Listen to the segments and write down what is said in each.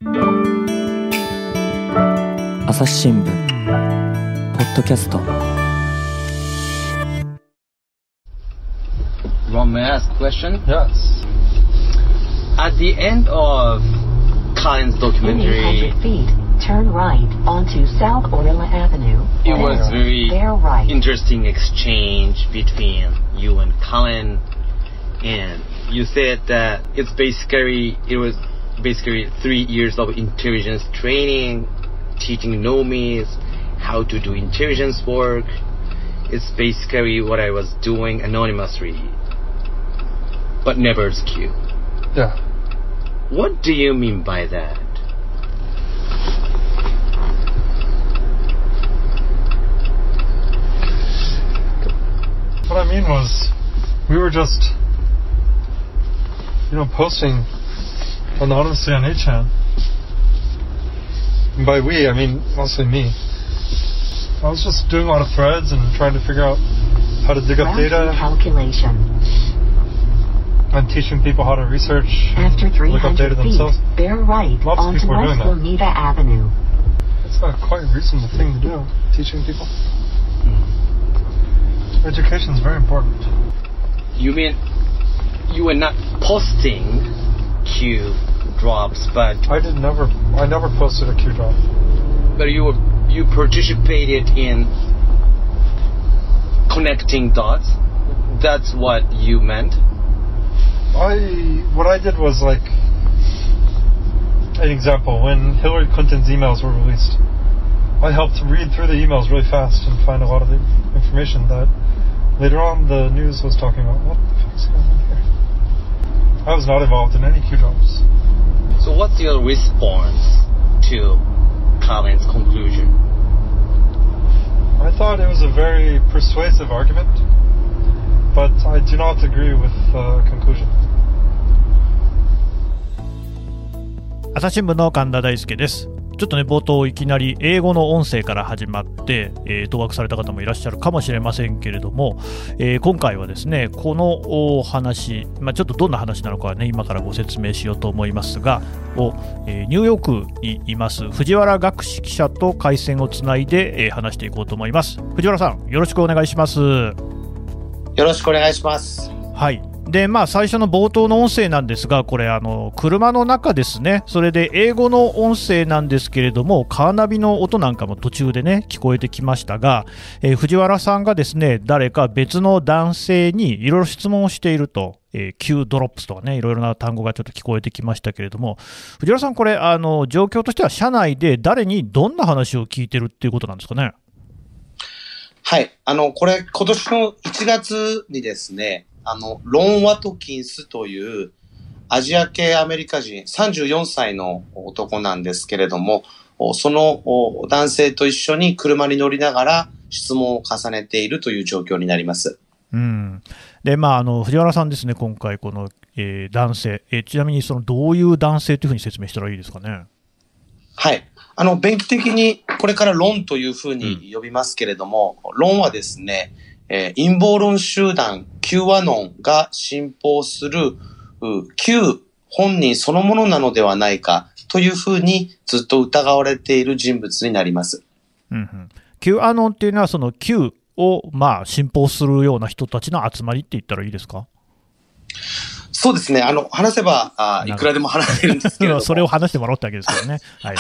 朝日新聞ポッドキャスト。 Ron, may I ask a question? Yes. At the end of Colin's documentary, 800 feet, turn right onto South Orla Avenue. it was very There right. interesting exchange between you and Colin, and you said that it was basically 3 years of intelligence training, teaching normies how to do intelligence work. It's basically what I was doing anonymously, but never as Q. Yeah. What do you mean by that? What I mean was, we were just, posting anonymously on 8chan. And by we, I mean mostly me. I was just doing a lot of threads and trying to figure out how to dig up data Calculation. and teaching people how to research, After look up data 300 feet, themselves. bear right Lots of onto people are doing West that. Lomita Avenue. It's a quite reasonable thing to do, teaching people. Education is very important. You mean you were not posting Q drops, but I never posted a Q drop. you participated in connecting dots. That's what you meant. What I did was like an example. When Hillary Clinton's emails were released, I helped read through the emails really fast and find a lot of the information that later on the news was talking about. What the fuck's going on here? I was not involved in any Q drops. So what's your response to Colin's conclusion? I thought it was a very persuasive argument, but I do not agree with the conclusion. 朝日新聞の神田大輔です。ちょっとね、冒頭いきなり英語の音声から始まって、当惑された方もいらっしゃるかもしれませんけれども、今回はですね、このお話、ちょっとどんな話なのかはね、今からご説明しようと思いますが、ニューヨークにいます藤原学士記者と回線をつないで、話していこうと思います。藤原さん、よろしくお願いします。 よろしくお願いします。 はい。で最初の冒頭の音声なんですが、これ車の中ですね。それで英語の音声なんですけれども、カーナビの音なんかも途中でね聞こえてきましたが、藤原さんがですね、誰か別の男性にいろいろ質問をしていると、Q ドロップスとかね、いろいろな単語がちょっと聞こえてきましたけれども、藤原さん、これ状況としては社内で誰にどんな話を聞いてるっていうことなんですかね。 はい、これ今年の1月にですね、ロン・ワトキンスというアジア系アメリカ人34歳の男なんですけれども、その男性と一緒に車に乗りながら質問を重ねているという状況になります。 で藤原さんですね、今回この、男性、ちなみにどういう男性というふうに説明したらいいですかね。 はい、便宜的にこれからロンというふうに呼びますけれども、ロンはですね、陰謀論集団 Q アノンが信奉する Q 本人そのものなのではないかというふうにずっと疑われている人物になります。 Q アノンっていうのはその Q を信奉するような人たちの集まりって言ったらいいですか。 そうですね。話せばいくらでも話せるんですけどそれを話してもらったわけですからね。はい、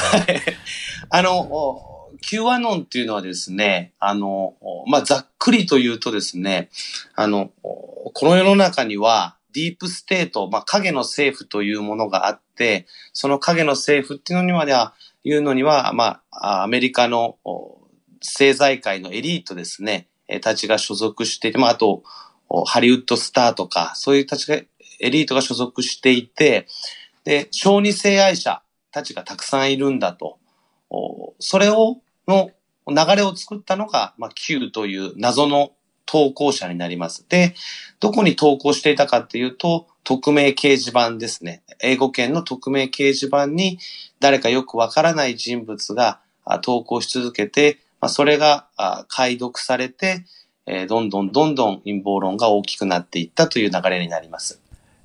Q アノンっていうのはですね、ざっくりと言うとですね、この世の中にはディープステート、影の政府というものがあって、その影の政府っていうのには、アメリカの政財界のエリートですね、たちが所属していて、あと、ハリウッドスターとか、そういうエリートが所属していて、で、小児性愛者たちがたくさんいるんだと。それの流れを作ったのが、Q という謎の投稿者になります。で、どこに投稿していたかっていうと、匿名掲示板ですね。英語圏の匿名掲示板に誰かよくわからない人物が投稿し続けて、それが解読されて、どんどん陰謀論が大きくなっていったという流れになります。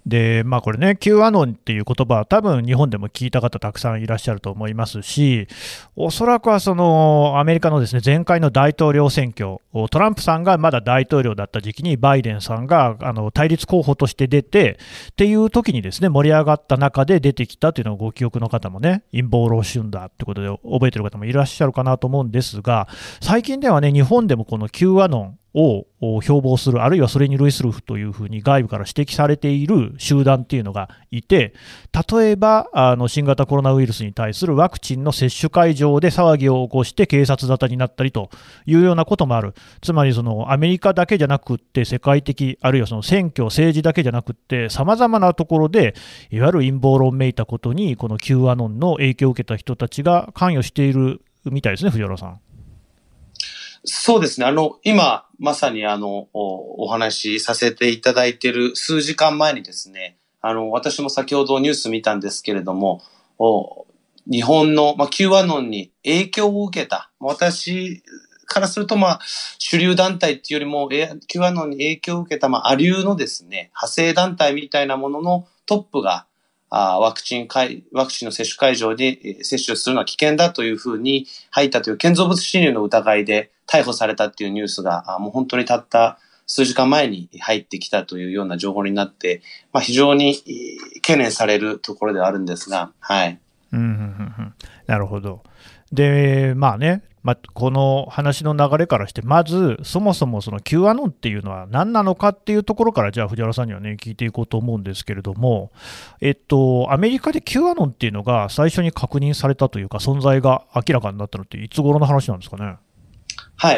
で、これね、Q アノンっていう言葉は多分日本でも聞いた方たくさんいらっしゃると思いますし、おそらくはそのアメリカのですね、前回の大統領選挙、トランプさんがまだ大統領だった時期にバイデンさんが対立候補として出てっていう時にですね、盛り上がった中で出てきたというのをご記憶の方もね、陰謀論春だってことで覚えてる方もいらっしゃるかなと思うんですが、最近ではね、日本でもこの Q アノンを標榜する、あるいはそれに類するというふうに外部から指摘されている集団っていうのがいて、例えば新型コロナウイルスに対するワクチンの接種会場で騒ぎを起こして警察沙汰になったりというようなこともある。つまりそのアメリカだけじゃなくって世界的、あるいはその選挙、政治だけじゃなくってさまざまなところでいわゆる陰謀論めいたことにこの Q アノンの影響を受けた人たちが関与しているみたいですね、藤原さん。 そうですね。今、まさにお話しさせていただいている数時間前にですね、私も先ほどニュース見たんですけれども、日本の、Q アノンに影響を受けた、私からすると、主流団体っていうよりも、Q アノンに影響を受けた、亜流のですね、派生団体みたいなもののトップが、ワクチンの接種会場で接種するのは危険だというふうに入ったという建造物侵入の疑いで逮捕されたっていうニュースがもう本当にたった数時間前に入ってきたというような情報になって、非常に懸念されるところではあるんですが、はい。 なるほど。で、この話の流れからして、まず、そもそもその Q アノンっていうのは何なのかっていうところから、じゃあ藤原さんにはね、聞いていこうと思うんですけれども、アメリカで Q アノンっていうのが最初に確認されたというか、存在が明らかになったのって、いつ頃の話なんですかね。 はい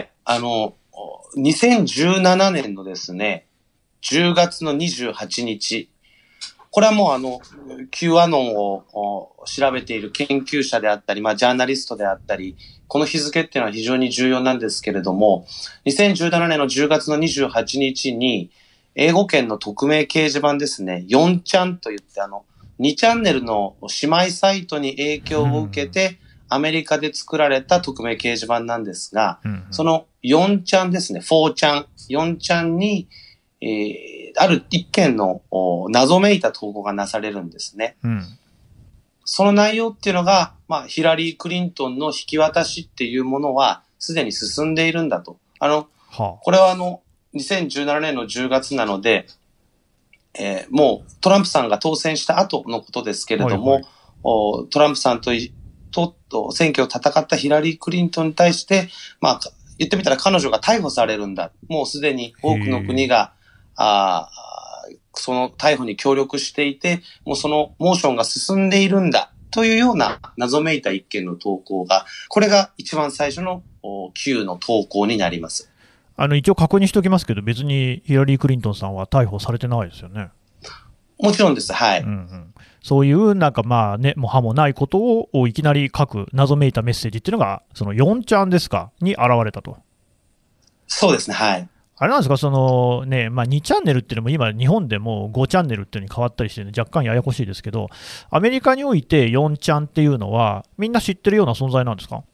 。2017年のですね、10月の28日、これはもうQ アノンを調べている研究者であったり、ジャーナリストであったり、この日付っていうのは非常に重要なんですけれども、2017年の10月の28日に、英語圏の匿名掲示板ですね、4ちゃんといって2チャンネルの姉妹サイトに影響を受けて、アメリカで作られた匿名掲示板なんですが、その4ちゃんですね、4ちゃん、4ちゃんに、ある一件の謎めいた投稿がなされるんですね。その内容っていうのが、ヒラリー・クリントンの引き渡しっていうものはすでに進んでいるんだと。これは2017年の10月なので、もうトランプさんが当選した後のことですけれども、トランプさんと選挙を戦ったヒラリー・クリントンに対して、言ってみたら彼女が逮捕されるんだ。もうすでに多くの国が、その逮捕に協力していて、もうそのモーションが進んでいるんだ。というような謎めいた一件の投稿が、これが一番最初のQの投稿になります。 一応確認しておきますけど、別にヒラリー・クリントンさんは逮捕されてないですよね。 もちろんです。はい。 そういうもう歯もないことをいきなり書く謎めいたメッセージっていうのが、その4ちゃんですかに現れたと。 そうですね。はい。 あれなんですか、2チャンネルっていうのも今、日本でも5チャンネルっていうのに変わったりして、若干ややこしいですけど、アメリカにおいて4ちゃんっていうのは、みんな知ってるような存在なんですか？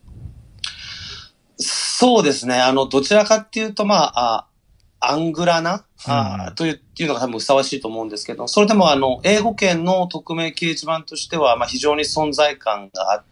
そうですね。どちらかっていうと、アングラな、というのが多分ふさわしいと思うんですけど、それでも英語圏の匿名掲示板としては、非常に存在感があって、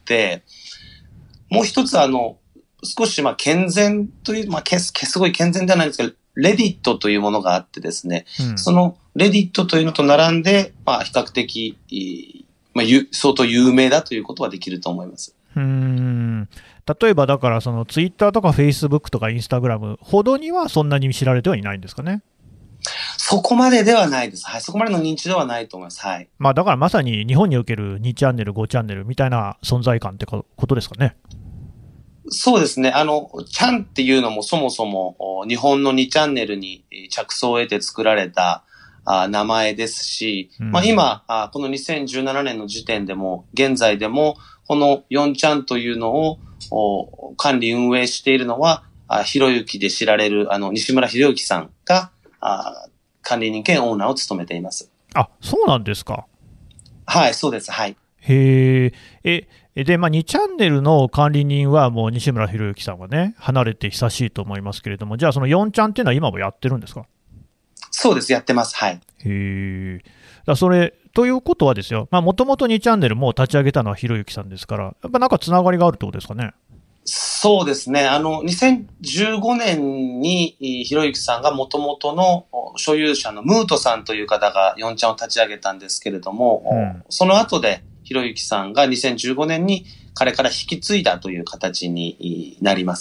もう一つ少し健全という、すごい健全ではないんですけど、レディットというものがあってですね、そのレディットというのと並んで、比較的、相当有名だということはできると思います。 例えばだからそのツイッターとかフェイスブックとかインスタグラムほどにはそんなに知られてはいないんですかね。 そこまでではないです。はい。そこまでの認知ではないと思います。はい。 だからまさに日本における2チャンネル、5チャンネルみたいな存在感ってことですかね。 そうですね。ちゃんっていうのもそもそも日本の2チャンネルに着想を得て作られた名前ですし、今、この2017年の時点でも、現在でも、この4ちゃんというのを管理運営しているのは、ひろゆきで知られる西村博之さんが管理人兼オーナーを務めています。 あ、そうなんですか。 はい、そうです。はい。 へえ。で、2チャンネルの管理人はもう西村博之さんはね、離れて久しいと思いますけれども、じゃあその4ちゃんっていうのは今もやってるんですか？ そうです、やってます。はい。 へえ。 だそれということはですよ、もともと2チャンネルも立ち上げたのはひろゆきさんですから、やっぱなんかつながりがあるってことですかね。 そうですね。2015年にひろゆきさんがもともとの所有者のムートさんという方が4ちゃんを立ち上げたんですけれども、その後でひろゆきさんが2015年に彼から引き継いだという形になります。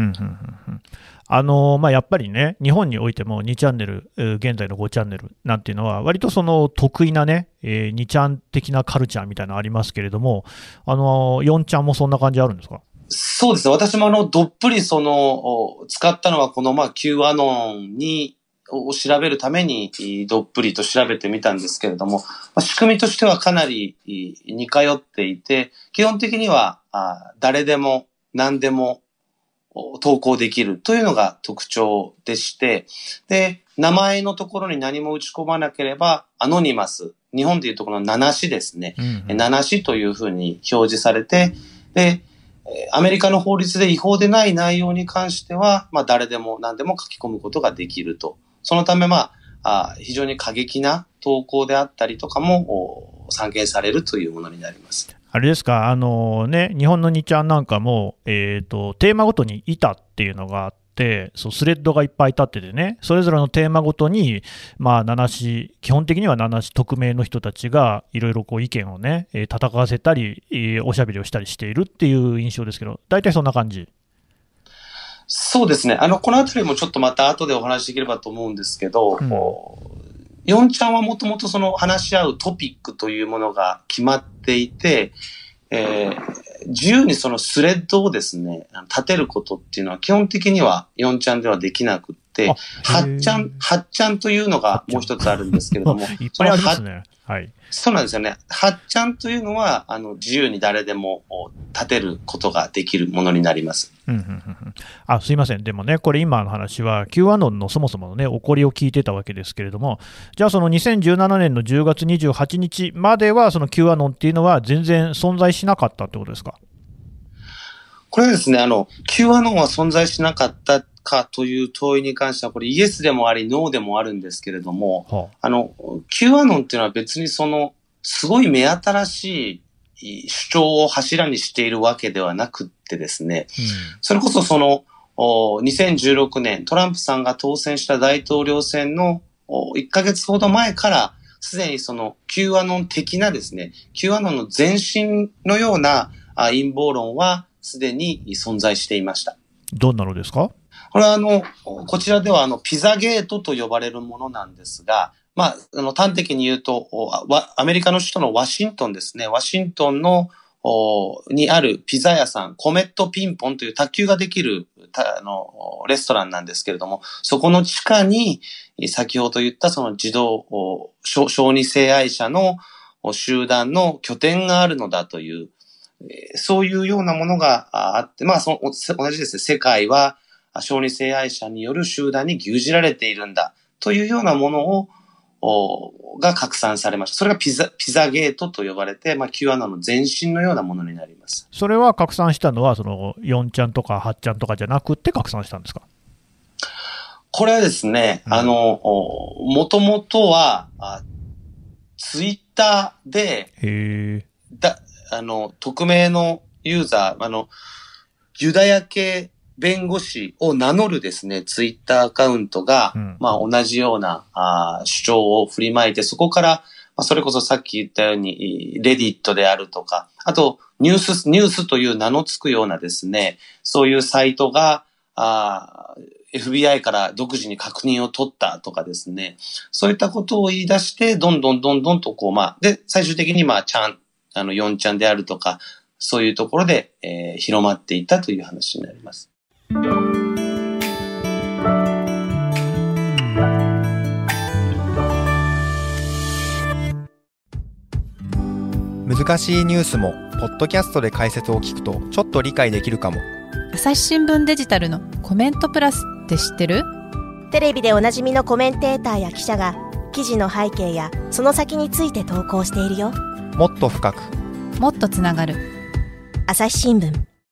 やっぱりね、日本においても2チャンネル、現在の5チャンネルなんていうのは、割とその得意なね、2チャン的なカルチャーみたいなのありますけれども、4チャンもそんな感じあるんですか？ そうですね。私もどっぷり使ったのはこのQ アノンを調べるためにどっぷりと調べてみたんですけれども、仕組みとしてはかなり似通っていて、基本的には誰でも何でも投稿できるというのが特徴でして、で、名前のところに何も打ち込まなければ、アノニマス、日本でいうとこの名なしですね。名なしというふうに表示されて、で、アメリカの法律で違法でない内容に関しては、誰でも何でも書き込むことができると。そのため、非常に過激な投稿であったりとかも散見されるというものになります。 あれですか、日本の2ちゃんなんかも、テーマごとに板っていうのがあって、スレッドがいっぱい立っててね、それぞれのテーマごとに、基本的には名無し匿名の人たちがいろいろ意見をね、戦わせたり、おしゃべりをしたりしているっていう印象ですけど、大体そんな感じ。 そうですね。このあたりもちょっとまた後でお話しできればと思うんですけど、4ちゃんはもともと話し合うトピックというものが決まっていて、自由にスレッドをですね、立てることっていうのは基本的には4ちゃんではできなくって、8ちゃんというのがもう一つあるんですけれども、 いっぱいありますね。はい。 そうなんですよね。8ちゃんというのは、自由に誰でも立てることができるものになります。 すいません。でもね、これ今の話は Q アノンのそもそものね、起こりを聞いてたわけですけれども、じゃあその2017年の10月28日までは、その Q アノンっていうのは全然存在しなかったってことですか？ これはですね、Q アノンは存在しなかったかという問いに関しては、これイエスでもあり、ノーでもあるんですけれども、Q アノンっていうのは別にすごい目新しい主張を柱にしているわけではなくってですね、それこそ2016年、トランプさんが当選した大統領選の1ヶ月ほど前から、すでにQ アノン的なですね、Q アノンの前身のような陰謀論はすでに存在していました。 どんなのですか？ これはこちらではピザゲートと呼ばれるものなんですが、端的に言うと、アメリカの首都のワシントンですね。ワシントンにあるピザ屋さん、コメットピンポンという卓球ができる、レストランなんですけれども、そこの地下に、先ほど言った小児性愛者の集団の拠点があるのだという、そういうようなものがあって、同じですね、世界は小児性愛者による集団に牛耳られているんだというようなものが拡散されました。それがピザゲートと呼ばれて、Q アノンの前身のようなものになります。 それは拡散したのは、4ちゃんとか8ちゃんとかじゃなくて拡散したんですか？ これはですね、もともとは、ツイッターで、匿名のユーザー、ユダヤ系弁護士を名乗るですね、ツイッターアカウントが、同じような主張を振りまいて、そこから、それこそさっき言ったように、レディットであるとか、あと、ニュースという名の付くようなですね、そういうサイトが、FBI から独自に確認を取ったとかですね、そういったことを言い出して、どんどんとで、最終的に4ちゃんであるとか、そういうところで、広まっていったという話になります。 難しいニュースもポッドキャストで解説を聞くとちょっと理解できるかも。 朝日新聞デジタルのコメントプラスって知ってる？ テレビでおなじみのコメンテーターや記者が記事の背景やその先について投稿しているよ。 もっと深く、 もっとつながる。 朝日新聞。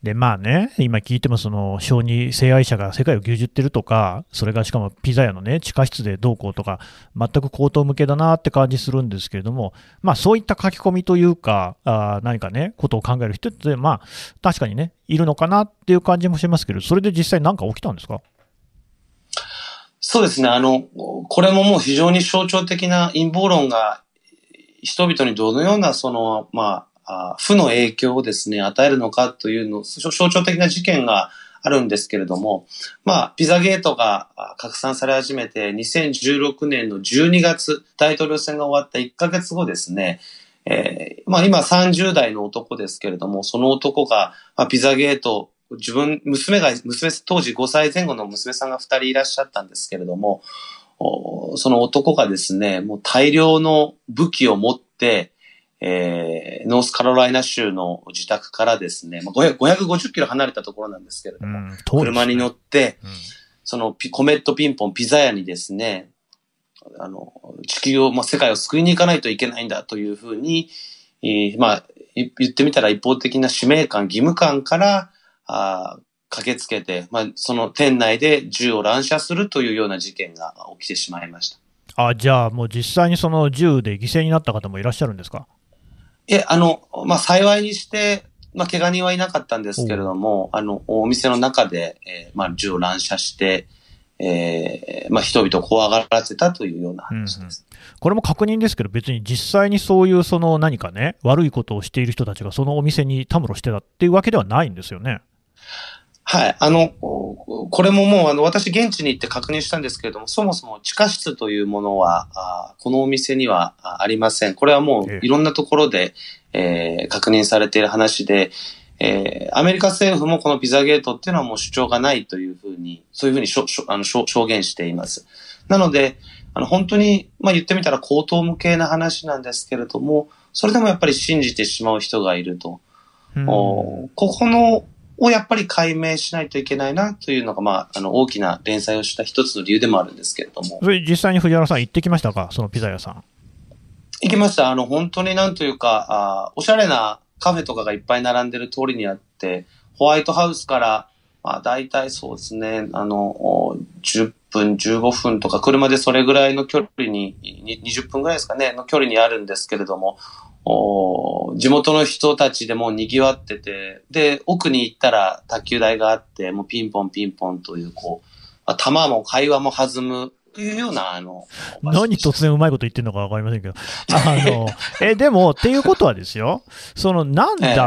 で、まあね、今聞いてもその小児性愛者が世界を牛耳ってるとか、それがしかもピザ屋のね、地下室でどうこうとか、全く口頭向けだなって感じするんですけれども、まあそういった書き込みというか、何かね、ことを考える人って、まあ確かにね、いるのかなっていう感じもしますけど、それで実際何か起きたんですか？ そうですね。これももう非常に象徴的な陰謀論が人々にどのような負の影響をですね、与えるのかというの、象徴的な事件があるんですけれども、ピザゲートが拡散され始めて、2016年の12月、大統領選が終わった1ヶ月後ですね、今30代の男ですけれども、その男が、ピザゲート、娘当時5歳前後の娘さんが2人いらっしゃったんですけれども、その男がですね、もう大量の武器を持って、ノースカロライナ州の自宅からですね、550キロ離れたところなんですけれども、車に乗って、そのコメットピンポンピザ屋にですね、地球を、世界を救いに行かないといけないんだというふうに、言ってみたら一方的な使命感、義務感から、駆けつけて、その店内で銃を乱射するというような事件が起きてしまいました。じゃあもう実際にその銃で犠牲になった方もいらっしゃるんですか？ 幸いにして、怪我人はいなかったんですけれども、お店の中で、銃を乱射して、人々を怖がらせたというような話です。 これも確認ですけど、別に実際にそういうその何かね、悪いことをしている人たちがそのお店にたむろしてたっていうわけではないんですよね。 はい。これももう、私現地に行って確認したんですけれども、そもそも地下室というものは、このお店にはありません。これはもういろんなところで、確認されている話で、アメリカ政府もこのピザゲートっていうのはもう主張がないというふうに、そういうふうに証言しています。なので、本当に、言ってみたら口頭無形な話なんですけれども、それでもやっぱり信じてしまう人がいると。ここの、をやっぱり解明しないといけないなというのが、大きな連載をした一つの理由でもあるんですけれども。 それ実際に藤原さん行ってきましたか？そのピザ屋さん。 行きました。本当になんというか、おしゃれなカフェとかがいっぱい並んでる通りにあって、ホワイトハウスから、大体そうですね、10分、15分とか、車でそれぐらいの距離に、20分ぐらいですかね、の距離にあるんですけれども、地元の人たちでもう賑わってて、で、奥に行ったら卓球台があって、もうピンポンピンポンという、球も会話も弾むというような、 何突然うまいこと言ってるのかわかりませんけど。でも、っていうことはですよ、なんだって、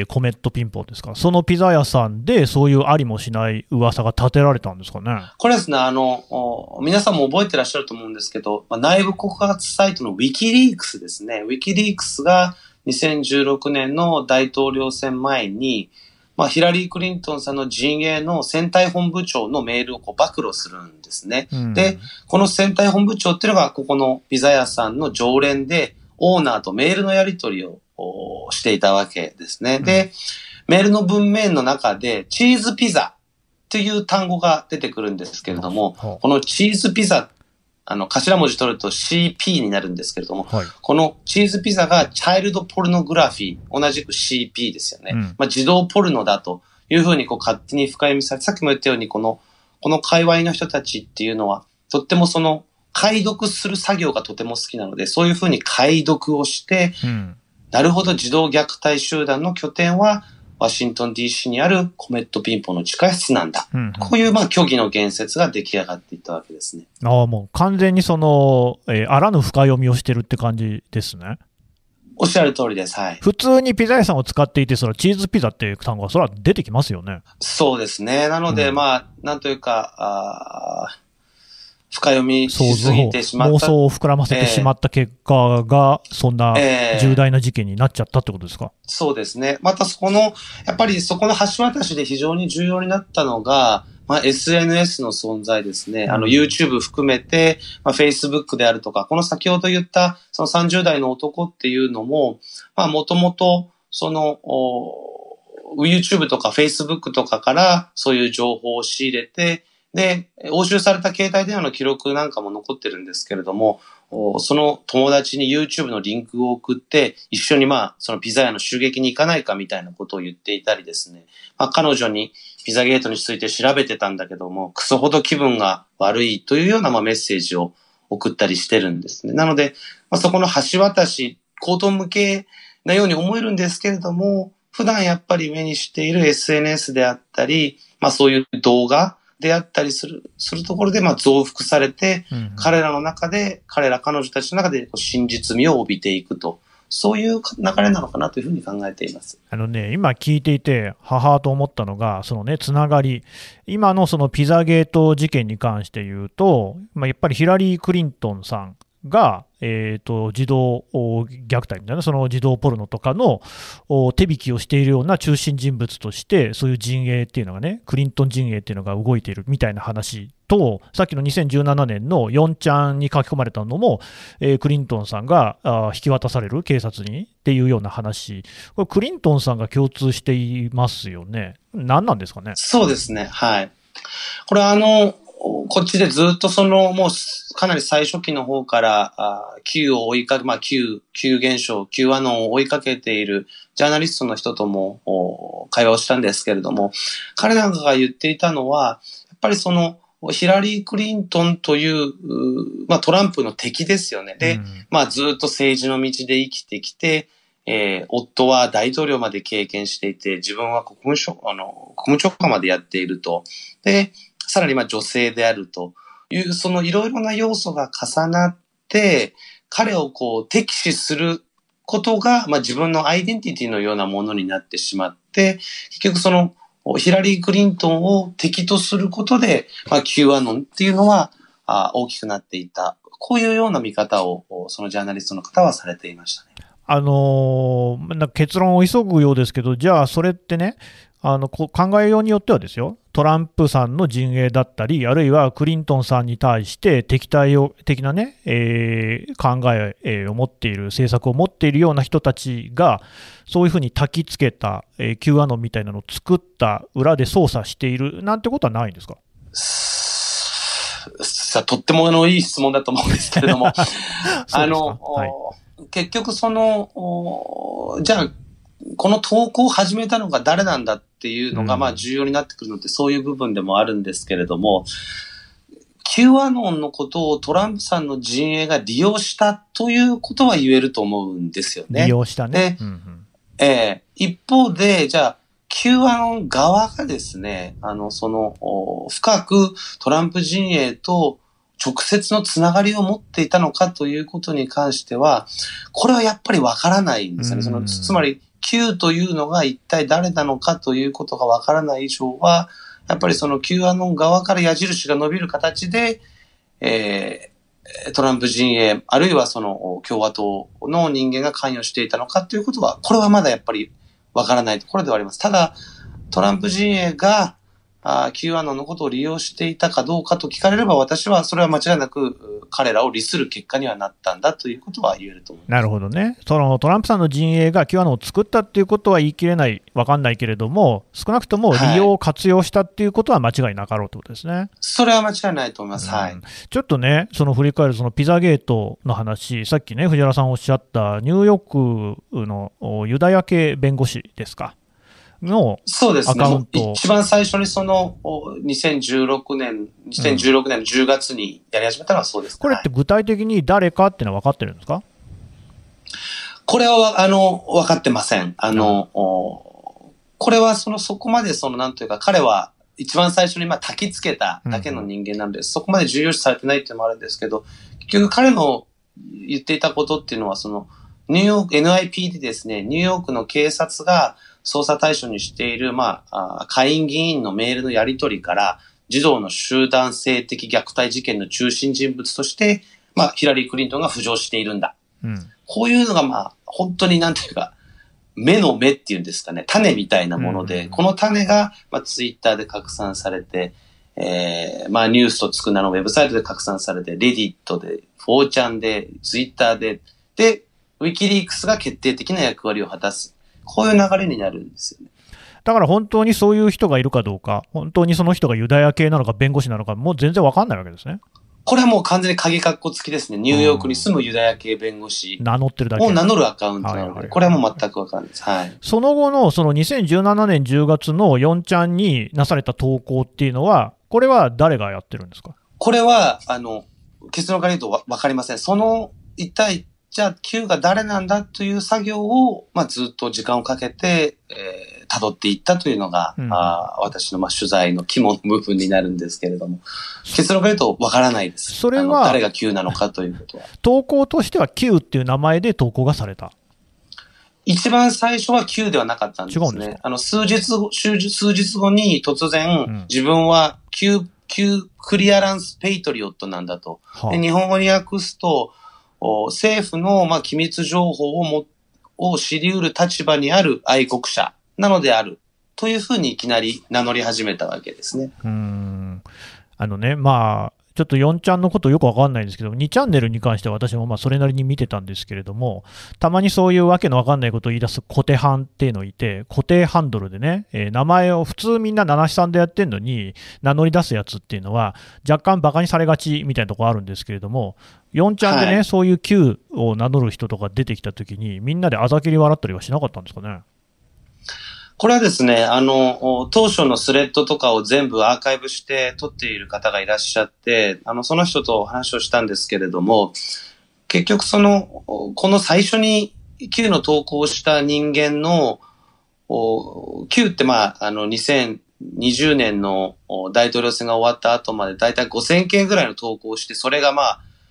コメットピンポンですか？そのピザ屋さんでそういうありもしない噂が立てられたんですかね？ これですね、皆さんも覚えてらっしゃると思うんですけど、内部告発サイトのウィキリークスですね。ウィキリークスが2016年の大統領選前に、ヒラリー・クリントンさんの陣営の選対本部長のメールを暴露するんですね。で、この選対本部長っていうのが、ここのピザ屋さんの常連で、オーナーとメールのやり取りをしていたわけですね。で、メールの文面の中で、チーズピザっていう単語が出てくるんですけれども、このチーズピザ、頭文字取ると CP になるんですけれども、このチーズピザがチャイルドポルノグラフィー、同じく CP ですよね。児童ポルノだというふうに勝手に深読みされて、さっきも言ったようにこの界隈の人たちっていうのは、とっても解読する作業がとても好きなので、そういうふうに解読をして、なるほど児童虐待集団の拠点は、ワシントン DC にあるコメットピンポンの地下室なんだ。こういう虚偽の言説が出来上がっていったわけですね。 もう完全にあらぬ深読みをしてるって感じですね。 おっしゃる通りです。はい。 普通にピザ屋さんを使っていて、チーズピザっていう単語はそれは出てきますよね。 そうですね。なので、なんというか、深読みしすぎてしまった。 妄想を膨らませてしまった結果が、そんな重大な事件になっちゃったってことですか？ そうですね。またやっぱりそこの橋渡しで非常に重要になったのが、SNS の存在ですね。YouTube 含めて、Facebook であるとか、この先ほど言ったその30代の男っていうのも、もともとYouTube とか Facebook とかからそういう情報を仕入れて、で、押収された携帯電話の記録なんかも残ってるんですけれども、 その友達に YouTube のリンクを送って、一緒にそのピザ屋の襲撃に行かないかみたいなことを言っていたりですね。彼女にピザゲートについて調べてたんだけども、クソほど気分が悪いというようなメッセージを送ったりしてるんですね。なので、そこの橋渡し、口頭向けなように思えるんですけれども、普段やっぱり目にしている SNS であったり、そういう動画であったりするところで、増幅されて、彼らの中で、彼女たちの中で真実味を帯びていくと、そういう流れなのかなというふうに考えています。 今聞いていて、ははと思ったのが、そのね、つながり、今のそのピザゲート事件に関して言うと、やっぱりヒラリー・クリントンさんが、児童虐待みたいな、その児童ポルノとかの手引きをしているような中心人物として、そういう陣営っていうのがね、クリントン陣営っていうのが動いているみたいな話と、さっきの2017年の4ちゃんに書き込まれたのも、クリントンさんが引き渡される、警察にっていうような話、これ、クリントンさんが共通していますよね。何なんですかね。 そうですね、はい。これこっちでずっともうかなり最初期の方から、Q を追いかけ、Q 現象、Q アノンを追いかけているジャーナリストの人とも会話をしたんですけれども、彼なんかが言っていたのは、やっぱりヒラリー・クリントンという、トランプの敵ですよね。で、ずっと政治の道で生きてきて、夫は大統領まで経験していて、自分は国務長官までやっていると。で、さらに女性であるという、そのいろいろな要素が重なって、彼を敵視することが、自分のアイデンティティのようなものになってしまって、結局ヒラリー・クリントンを敵とすることで、Q アノンっていうのは大きくなっていた。こういうような見方を、そのジャーナリストの方はされていましたね。 結論を急ぐようですけど、じゃあそれってね、考えようによってはですよ、トランプさんの陣営だったり、あるいはクリントンさんに対して的なね、考えを持っている、政策を持っているような人たちが、そういうふうに焚きつけた、Q アノンみたいなのを作った裏で操作しているなんてことはないんですか？ とってもいい質問だと思うんですけれども、結局じゃあ、この投稿を始めたのが誰なんだっていうのが、重要になってくるのってそういう部分でもあるんですけれども、Q アノンのことをトランプさんの陣営が利用したということは言えると思うんですよね。 利用したね。 一方で、じゃあ、Q アノン側がですね、深くトランプ陣営と直接のつながりを持っていたのかということに関しては、これはやっぱりわからないんですよね。つまり、Q というのが一体誰なのかということがわからない以上は、やっぱりQ アノン側から矢印が伸びる形で、トランプ陣営、あるいは共和党の人間が関与していたのかということは、これはまだやっぱりわからないところではあります。ただ、トランプ陣営がQ アノンのことを利用していたかどうかと聞かれれば、私はそれは間違いなく彼らを利する結果にはなったんだということは言えると思います。 なるほどね。トランプさんの陣営がQ アノンを作ったっていうことは言い切れない、分かんないけれども、少なくとも利用、活用したっていうことは間違いなかろうということですね。 それは間違いないと思います。 ちょっとね、振り返るピザゲートの話、さっきね、藤原さんおっしゃったニューヨークのユダヤ系弁護士ですか。 そうですね。一番最初に2016年の10月にやり始めたのはそうです。 これって具体的に誰かっていうのは分かってるんですか？ これは、分かってません。これはそこまでなんというか、彼は一番最初に焚きつけただけの人間なんで、そこまで重要視されてないっていうのもあるんですけど、結局彼の言っていたことっていうのは、ニューヨーク、NIPD ですね、ニューヨークの警察が捜査対象にしている、下院議員のメールのやり取りから、児童の集団性的虐待事件の中心人物として、ヒラリー・クリントンが浮上しているんだ。こういうのが、本当になんていうか、目の目っていうんですかね、種みたいなもので、この種が、ツイッターで拡散されて、ニュースとつく名のウェブサイトで拡散されて、レディットで、4ちゃんで、ツイッターで、ウィキリークスが決定的な役割を果たす。こういう流れになるんですよね。 だから本当にそういう人がいるかどうか、本当にその人がユダヤ系なのか弁護士なのか、もう全然わかんないわけですね。 これはもう完全に鍵括弧付きですね。ニューヨークに住むユダヤ系弁護士名乗ってるだけを名乗るアカウントなので、 はいはいはい、 これはもう全くわかんないです。はい。 その後のその2017年10月の4ちゃんになされた投稿っていうのは、これは誰がやってるんですか？ これは、結論から言うとわかりません。一体、じゃあ Q が誰なんだという作業を、ずっと時間をかけて、辿っていったというのが、私の取材の肝の部分になるんですけれども、結論から言うとわからないです。 それは誰が Q なのかということは。 投稿としては Q っていう名前で投稿がされた。 一番最初は Q ではなかったんですね。違うんですか？数日後に突然、自分は Q クリアランスペイトリオットなんだと。で日本語に訳すと、政府の機密情報を知り得る立場にある愛国者なのであるというふうにいきなり名乗り始めたわけですね。 ちょっと4ちゃんのことよくわかんないんですけど、2チャンネルに関しては私もそれなりに見てたんですけれども、たまにそういうわけのわかんないことを言い出す固定班っていうのいて、固定ハンドルでね、名前を普通みんな7-3でやってんのに名乗り出すやつっていうのは若干バカにされがちみたいなところあるんですけれども、4ちゃんでね、そういう Q を名乗る人とか出てきたときにみんなであざきり笑ったりはしなかったんですかね？ これはですね、当初のスレッドとかを全部アーカイブして撮っている方がいらっしゃって、その人と話をしたんですけれども、結局この最初に Q の投稿した人間の、Q って2020年の大統領選が終わった後までだいたい5000件ぐらいの投稿をして、それが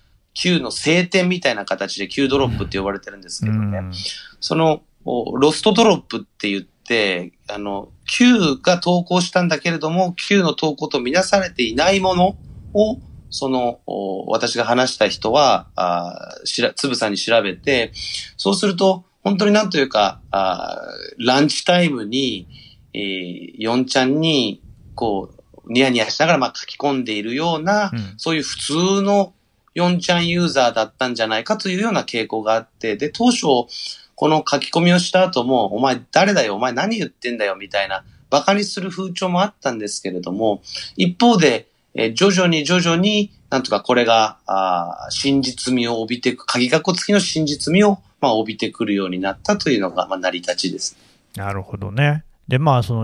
Q の聖典みたいな形で Q ドロップって呼ばれてるんですけどね。その、ロストドロップって言って、Q が投稿したんだけれども、Q の投稿とみなされていないものを、私が話した人は、つぶさに調べて、そうすると、本当になんというか、ランチタイムに、4ちゃんに、ニヤニヤしながら書き込んでいるような、そういう普通の4ちゃんユーザーだったんじゃないかというような傾向があって、で、当初、この書き込みをした後も、お前誰だよ、お前何言ってんだよ、みたいな、馬鹿にする風潮もあったんですけれども、一方で、徐々に、なんとかこれが、真実味を帯びていく、鍵括弧付きの真実味を、帯びてくるようになったというのが、成り立ちです。 なるほどね。でその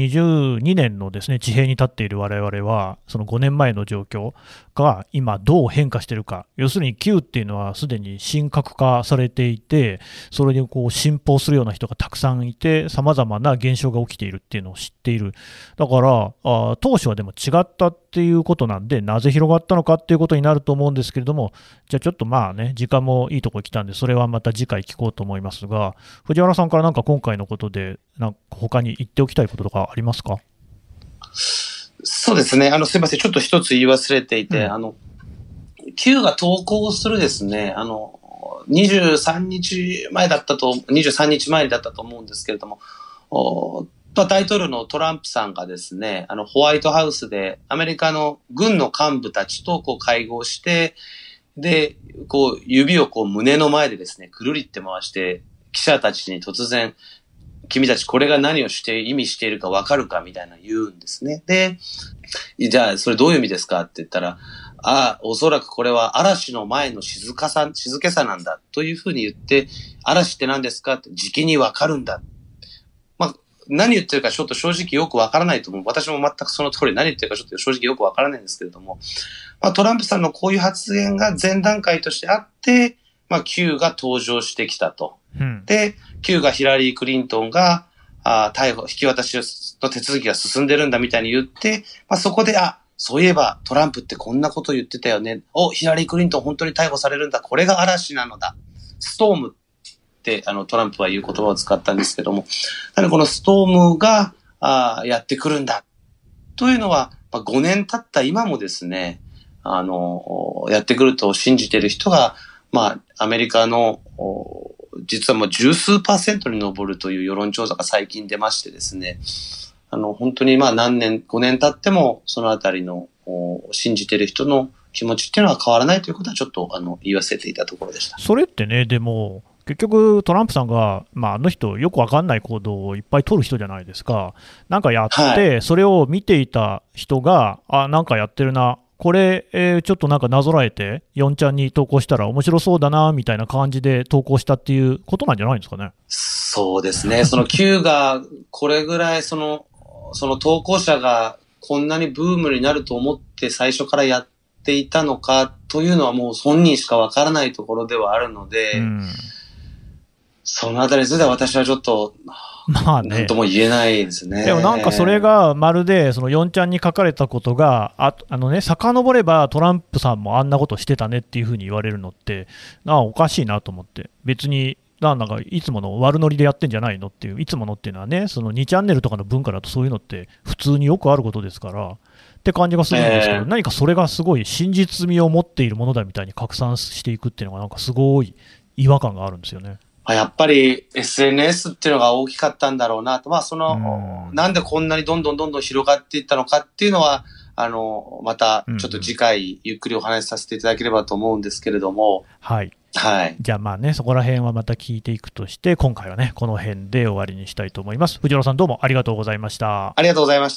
2022年のですね、地平に立っている我々は、その5年前の状況が今どう変化しているか、要するに Q っていうのはすでに神格化されていて、それに信奉するような人がたくさんいて、さまざまな現象が起きているっていうのを知っている。だから当初はでも違ったっていうことなんで、なぜ広がったのかっていうことになると思うんですけれども、じゃあちょっと時間もいいところ来たんで、それはまた次回聞こうと思いますが、藤原さんから今回のことで他に言っておきたいこととかありますか？ そうですね。すいません。ちょっと一つ言い忘れていて、Q が投稿するですね、23日前だったと思うんですけれども、大統領のトランプさんがですね、ホワイトハウスでアメリカの軍の幹部たちと会合して、で、指を胸の前でですね、くるりって回して、記者たちに突然、君たちこれが何を意味しているか分かるかみたいな言うんですね。で、じゃあそれどういう意味ですかって言ったら、おそらくこれは嵐の前の静けさなんだというふうに言って、嵐って何ですかってじきに分かるんだ。何言ってるかちょっと正直よく分からないと思う。私も全くその通り何言ってるかちょっと正直よく分からないんですけれども、トランプさんのこういう発言が前段階としてあって、Q が登場してきたと。で、Q がヒラリー・クリントンが逮捕、引き渡しの手続きが進んでるんだみたいに言って、そこで、そういえばトランプってこんなこと言ってたよね。ヒラリー・クリントン本当に逮捕されるんだ。これが嵐なのだ。ストームってトランプは言う言葉を使ったんですけども、このストームがやってくるんだ。というのは、5年経った今もですね、やってくると信じている人が、アメリカの実は十数%に上るという世論調査が最近出ましてですね、本当に5年経ってもそのあたりの信じている人の気持ちっていうのは変わらないということはちょっと言い忘れていたところでした。 それってね、でも結局トランプさんが、あの人よくわかんない行動をいっぱい取る人じゃないですか。なんかやって、それを見ていた人が、なんかやってるな、 これ、ちょっとなんかなぞらえて、4ちゃんに投稿したら面白そうだなみたいな感じで投稿したっていうことなんじゃないんですかね。 そうですね。その Q がこれぐらいその投稿者がこんなにブームになると思って最初からやっていたのかというのはもう本人しかわからないところではあるので、そのあたりについては私はちょっと、 まあね。 なんとも言えないですね。 でもなんかそれがまるで、その4ちゃんに書かれたことが、遡ればトランプさんもあんなことしてたねっていうふうに言われるのって、おかしいなと思って。別に、なんかいつもの悪ノリでやってんじゃないのっていう、いつものっていうのはね、その2チャンネルとかの文化だとそういうのって普通によくあることですから、って感じがするんですけど、何かそれがすごい真実味を持っているものだみたいに拡散していくっていうのがなんかすごい違和感があるんですよね。 やっぱり SNS っていうのが大きかったんだろうなと。なんでこんなにどんどん広がっていったのかっていうのは、またちょっと次回ゆっくりお話しさせていただければと思うんですけれども。 はい。 はい。 じゃあまあね、そこら辺はまた聞いていくとして、今回はね、この辺で終わりにしたいと思います。藤原さんどうもありがとうございました。 ありがとうございました。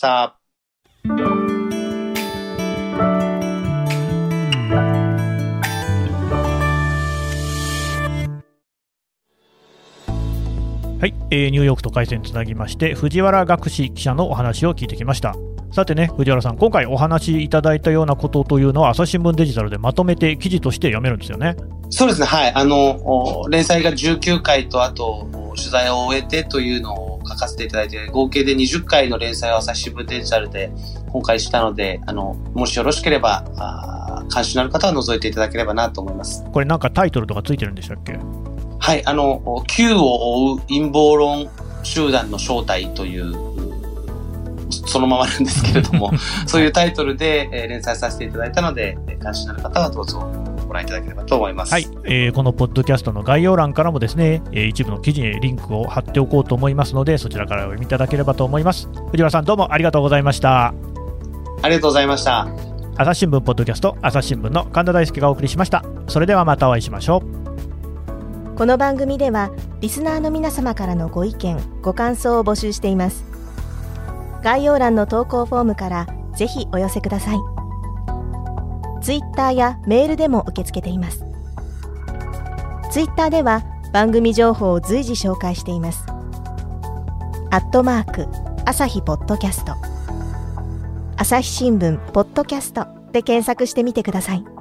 はい、ニューヨークと回線つなぎまして、藤原学士記者のお話を聞いてきました。さてね、藤原さん、今回お話しいただいたようなことというのは、朝日新聞デジタルでまとめて記事として読めるんですよね。 そうですね、はい。連載が19回と、あと、取材を終えてというのを書かせていただいて、合計で20回の連載を朝日新聞デジタルで今回したので、もしよろしければ、関心のある方は覗いていただければなと思います。 これなんかタイトルとかついてるんでしたっけ？ はい、Q を追う陰謀論集団の正体という、そのままなんですけれども、そういうタイトルで、連載させていただいたので、関心のある方はどうぞご覧いただければと思います。 はい、このポッドキャストの概要欄からもですね、一部の記事にリンクを貼っておこうと思いますので、そちらからお読みいただければと思います。藤原さんどうもありがとうございました。 ありがとうございました。 朝日新聞ポッドキャスト、朝日新聞の神田大輔がお送りしました。それではまたお会いしましょう。 この番組ではリスナーの皆様からのご意見ご感想を募集しています。概要欄の投稿フォームからぜひお寄せください。ツイッターやメールでも受け付けています。ツイッターでは番組情報を随時紹介しています。@朝日ポッドキャスト、朝日新聞ポッドキャストで検索してみてください。